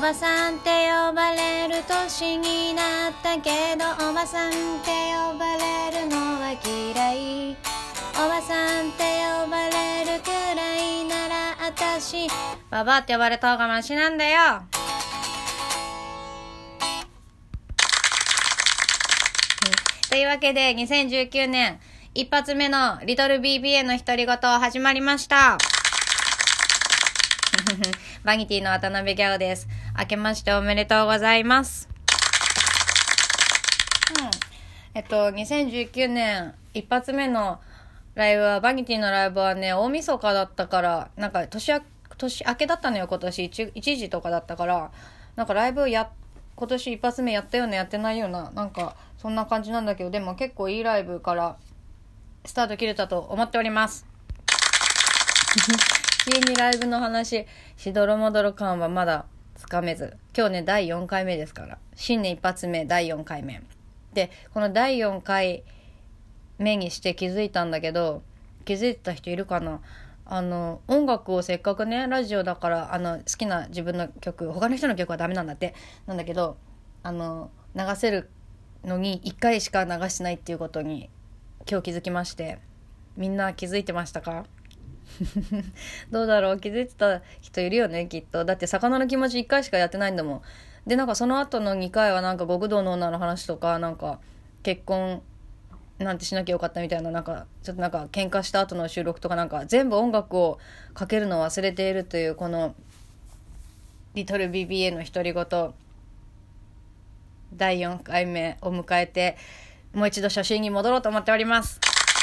ばさんって呼ばれる年になったけど、おばさんって呼ばれるのは嫌い。おばさんって呼ばれるくらいならあたしババって呼ばれた方がマシなんだよ。というわけで2019年一発目のリトル BBA の独り言始まりましたバニティの渡辺ギャオです。明けましておめでとうございます。2019年一発目のライブは、バニティのライブはね、大晦日だったから、なんか年明けだったのよ。今年1時とかだったから、なんかライブ今年一発目やったようなやってないような、なんかそんな感じなんだけど、でも結構いいライブからスタート切れたと思っております急にライブの話しどろもどろ感はまだつかめず、今日ね第4回目ですから、新年一発目第4回目で、この第4回目にして気づいたんだけど、気づいた人いるかな。音楽をせっかくね、ラジオだから好きな自分の曲、他の人の曲はダメなんだって、なんだけど流せるのに1回しか流してないっていうことに今日気づきまして、みんな気づいてましたかどうだろう、気づいてた人いるよねきっと。だって魚の気持ち1回しかやってないんだもん。でなんかその後の2回はなんか極道の女の話とか、なんか結婚なんてしなきゃよかったみたいな、なんかちょっとなんか喧嘩した後の収録とか、なんか全部音楽をかけるのを忘れているという、このリトル BBA の独り言第4回目を迎えて、もう一度初心に戻ろうと思っております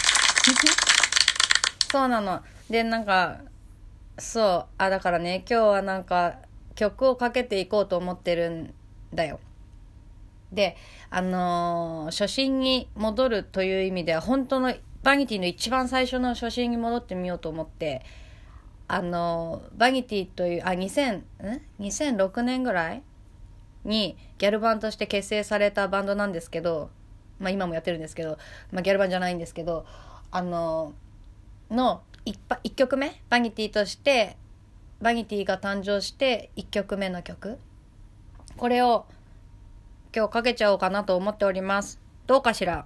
そうなの。でなんかだからね、今日はなんか曲をかけていこうと思ってるんだよ。で初心に戻るという意味では、本当のバニティの一番最初の初心に戻ってみようと思って、バニティという2006年ぐらいにギャルバンとして結成されたバンドなんですけど、まあ今もやってるんですけど、まあギャルバンじゃないんですけど、の1曲目、バニティとしてバニティが誕生して1曲目の曲、これを今日かけちゃおうかなと思っております。どうかしら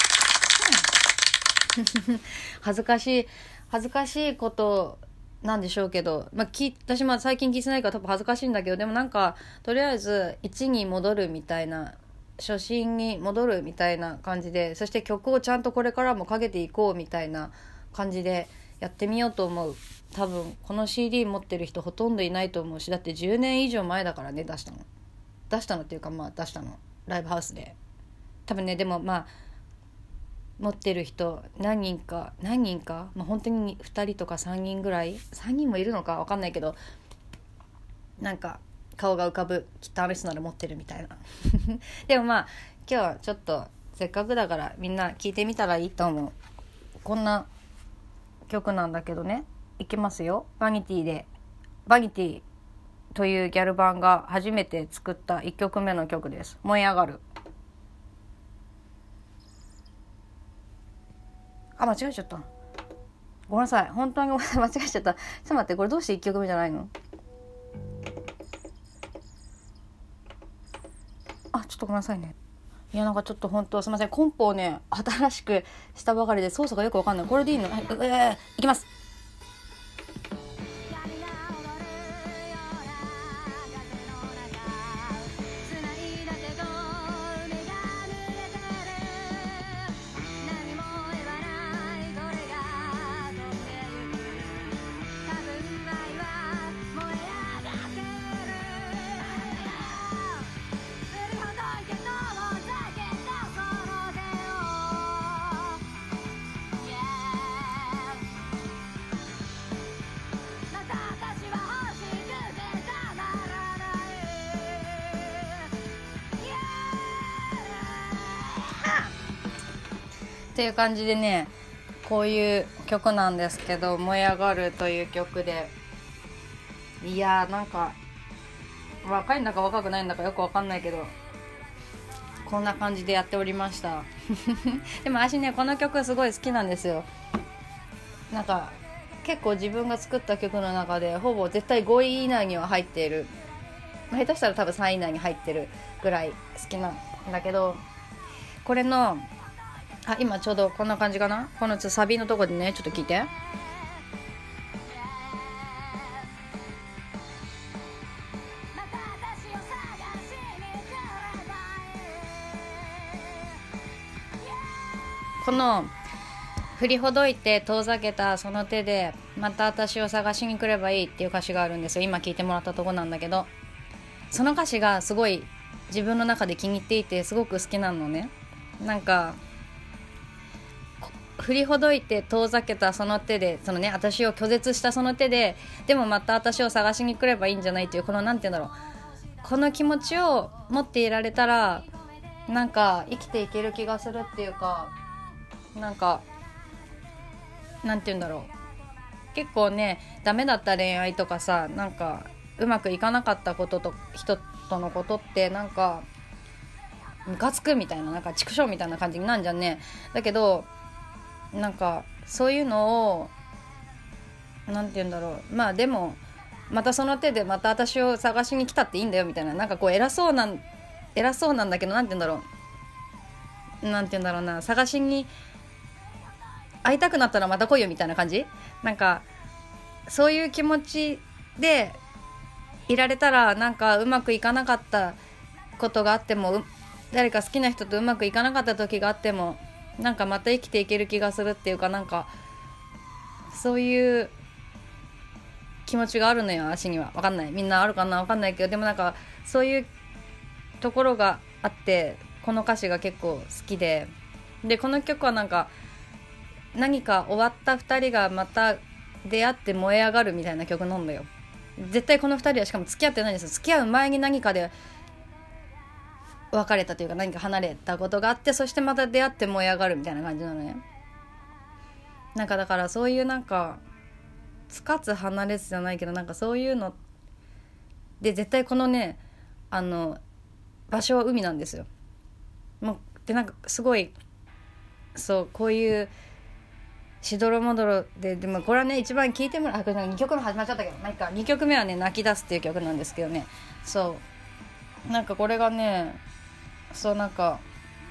恥ずかしいことなんでしょうけど、私も最近聞いてないから多分恥ずかしいんだけど、でもなんかとりあえず1に戻るみたいな、初心に戻るみたいな感じで、そして曲をちゃんとこれからもかけていこうみたいな感じでやってみようと思う。多分この CD 持ってる人ほとんどいないと思うし、だって10年以上前だからね、出したのっていうか、出したのライブハウスで。多分ね、でも持ってる人何人か、本当に2人とか3人ぐらい、3人もいるのか分かんないけど、なんか顔が浮かぶ、きっとあの人なら持ってるみたいなでも今日はちょっとせっかくだからみんな聞いてみたらいいと思う。こんな曲なんだけどね、いきますよ。バニティというギャルバンが初めて作った1曲目の曲です。燃え上がる。間違えちゃった。ごめんなさい。本当に間違えちゃった。ちょっと待って、これどうして1曲目じゃないの？ちょっとごめんなさいね。いやなんかちょっと本当すみません。コンポをね、新しくしたばかりで操作がよくわかんない。これでいいの？はい、いきます。っていう感じでね、こういう曲なんですけど、燃え上がるという曲で、いやなんか若いんだか若くないんだかよくわかんないけど、こんな感じでやっておりましたでも私ね、この曲すごい好きなんですよ。なんか結構自分が作った曲の中でほぼ絶対5位以内には入っている下手したら多分3位以内に入ってるぐらい好きなんだけど、これの今ちょうどこんな感じかな。このサビのとこでね、ちょっと聞いて。この振りほどいて遠ざけたその手でまた私を探しに来ればいいっていう歌詞があるんですよ。今聞いてもらったとこなんだけど、その歌詞がすごい自分の中で気に入っていてすごく好きなのね。なんか振りほどいて遠ざけたその手で、そのね、私を拒絶したその手ででもまた私を探しに来ればいいんじゃないっていう、このなんて言うんだろう、この気持ちを持っていられたらなんか生きていける気がするっていうか、なんかなんて言うんだろう、結構ねダメだった恋愛とかさ、なんかうまくいかなかったことと人とのことってなんかムカつくみたいな、なんか畜生みたいな感じになんじゃんね。だけどなんかそういうのをなんて言うんだろう、まあでもまたその手でまた私を探しに来たっていいんだよみたいな、なんかこう偉そうなんだけど、なんて言うんだろうな、探しに会いたくなったらまた来いよみたいな感じ、なんかそういう気持ちでいられたら、なんかうまくいかなかったことがあっても、誰か好きな人とうまくいかなかった時があっても、なんかまた生きていける気がするっていうか、なんかそういう気持ちがあるのよ、足には。分かんない、みんなあるかな分かんないけど、でもなんかそういうところがあって、この歌詞が結構好きで、この曲はなんか何か終わった2人がまた出会って燃え上がるみたいな曲なんだよ。絶対この2人はしかも付き合ってないんですよ。付き合う前に何かで別れたというか、何か離れたことがあって、そしてまた出会って燃え上がるみたいな感じなのね。なんかだからそういうなんかつかつ離れずじゃないけど、なんかそういうので絶対このね場所は海なんですよ。もうでなんかすごいそうこういうしどろもどろで、でもこれはね一番聴いてもらう、これ2曲目始まっちゃったけど、なんか2曲目はね泣き出すっていう曲なんですけどね、そうなんかこれがね、そうなんか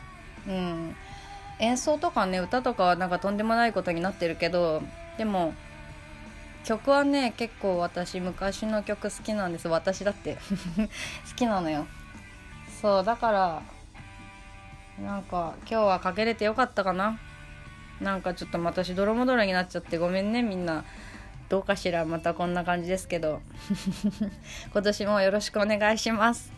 演奏とかね歌とかはなんかとんでもないことになってるけど、でも曲はね結構私昔の曲好きなんです。私だって好きなのよ。そうだからなんか今日はかけれてよかったかな。なんかちょっとまたしどろもどろになっちゃってごめんねみんな。どうかしら、またこんな感じですけど今年もよろしくお願いします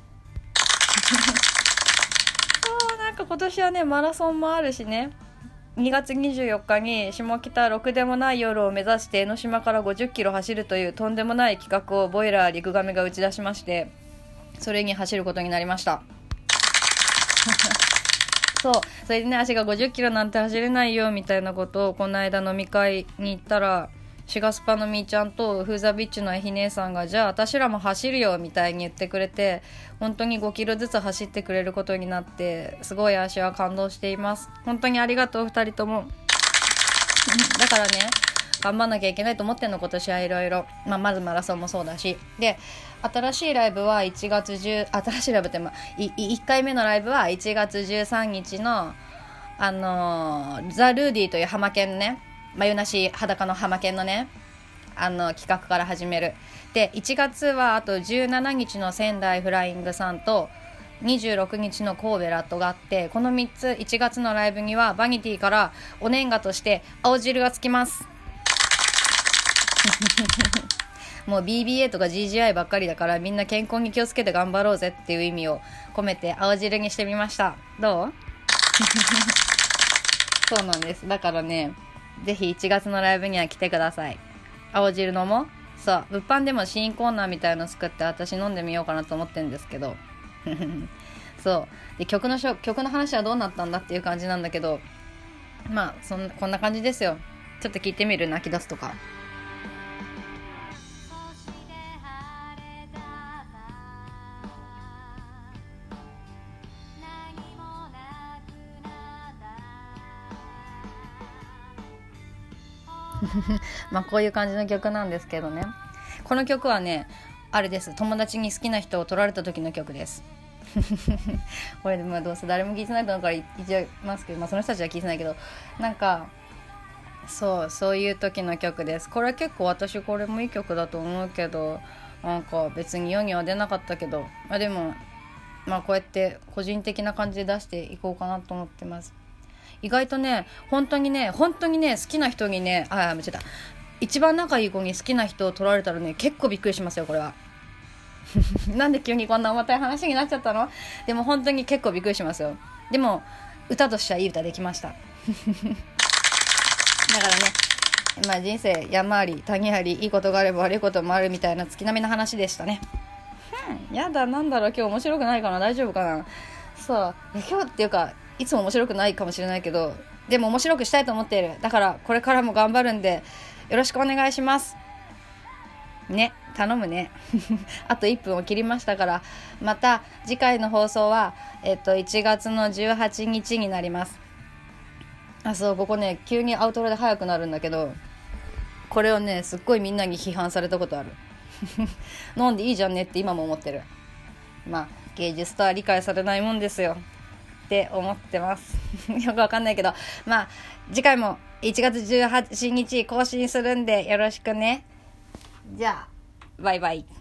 そうなんか今年はねマラソンもあるしね、2月24日に下北ろくでもない夜を目指して江ノ島から50キロ走るというとんでもない企画をボイラー陸亀が打ち出しまして、それに走ることになりましたそうそれでね、足が50キロなんて走れないよみたいなことをこの間飲み会に行ったら、シガスパのみーちゃんとフーザビッチのえひ姉さんがじゃあ私らも走るよみたいに言ってくれて、本当に5キロずつ走ってくれることになって、すごい足は感動しています。本当にありがとう2人ともだからね頑張んなきゃいけないと思ってんの今年はいろいろ、まずマラソンもそうだし、で新しいライブは1月10新しいライブって、1回目のライブは1月13日のザ・ルーディというハマケンね、眉なし裸のハマケンのね企画から始める。で1月はあと17日の仙台フライングさんと26日の神戸ラットがあって、この3つ1月のライブにはバニティからお年賀として青汁がつきますもう BBA とか GGI ばっかりだから、みんな健康に気をつけて頑張ろうぜっていう意味を込めて青汁にしてみました。どうそうなんです。だからねぜひ1月のライブには来てください。青汁飲もう。そう物販でも新コーナーみたいの作って私飲んでみようかなと思ってるんですけどそうで曲の話はどうなったんだっていう感じなんだけど、こんな感じですよ。ちょっと聞いてみる、泣き出すとか。こういう感じの曲なんですけどね、この曲はねあれです。友達に好きな人を取られた時の曲ですこれでどうせ誰も聞いてないと思うから言っちゃいますけど、その人たちは聞いてないけど、なんかそういう時の曲です。これ結構私これもいい曲だと思うけど、なんか別に世には出なかったけど、でもこうやって個人的な感じで出していこうかなと思ってます。意外とね、本当にね好きな人にね、間違えた、一番仲いい子に好きな人を取られたらね、結構びっくりしますよこれはなんで急にこんな重たい話になっちゃったの。でも本当に結構びっくりしますよ。でも歌としてはいい歌できましただからね、人生山あり谷あり、いいことがあれば悪いこともあるみたいな月並みの話でしたね。やだ、なんだろう、今日面白くないかな、大丈夫かな。今日っていうかいつも面白くないかもしれないけど、でも面白くしたいと思っている。だからこれからも頑張るんでよろしくお願いしますね、頼むねあと1分を切りましたから、また次回の放送は1月の18日になります。ここね、急にアウトロで早くなるんだけど、これをねすっごいみんなに批判されたことあるなんでいいじゃんねって今も思ってる。芸術とは理解されないもんですよって思ってますよくわかんないけど、次回も1月18日更新するんでよろしくね。じゃあバイバイ。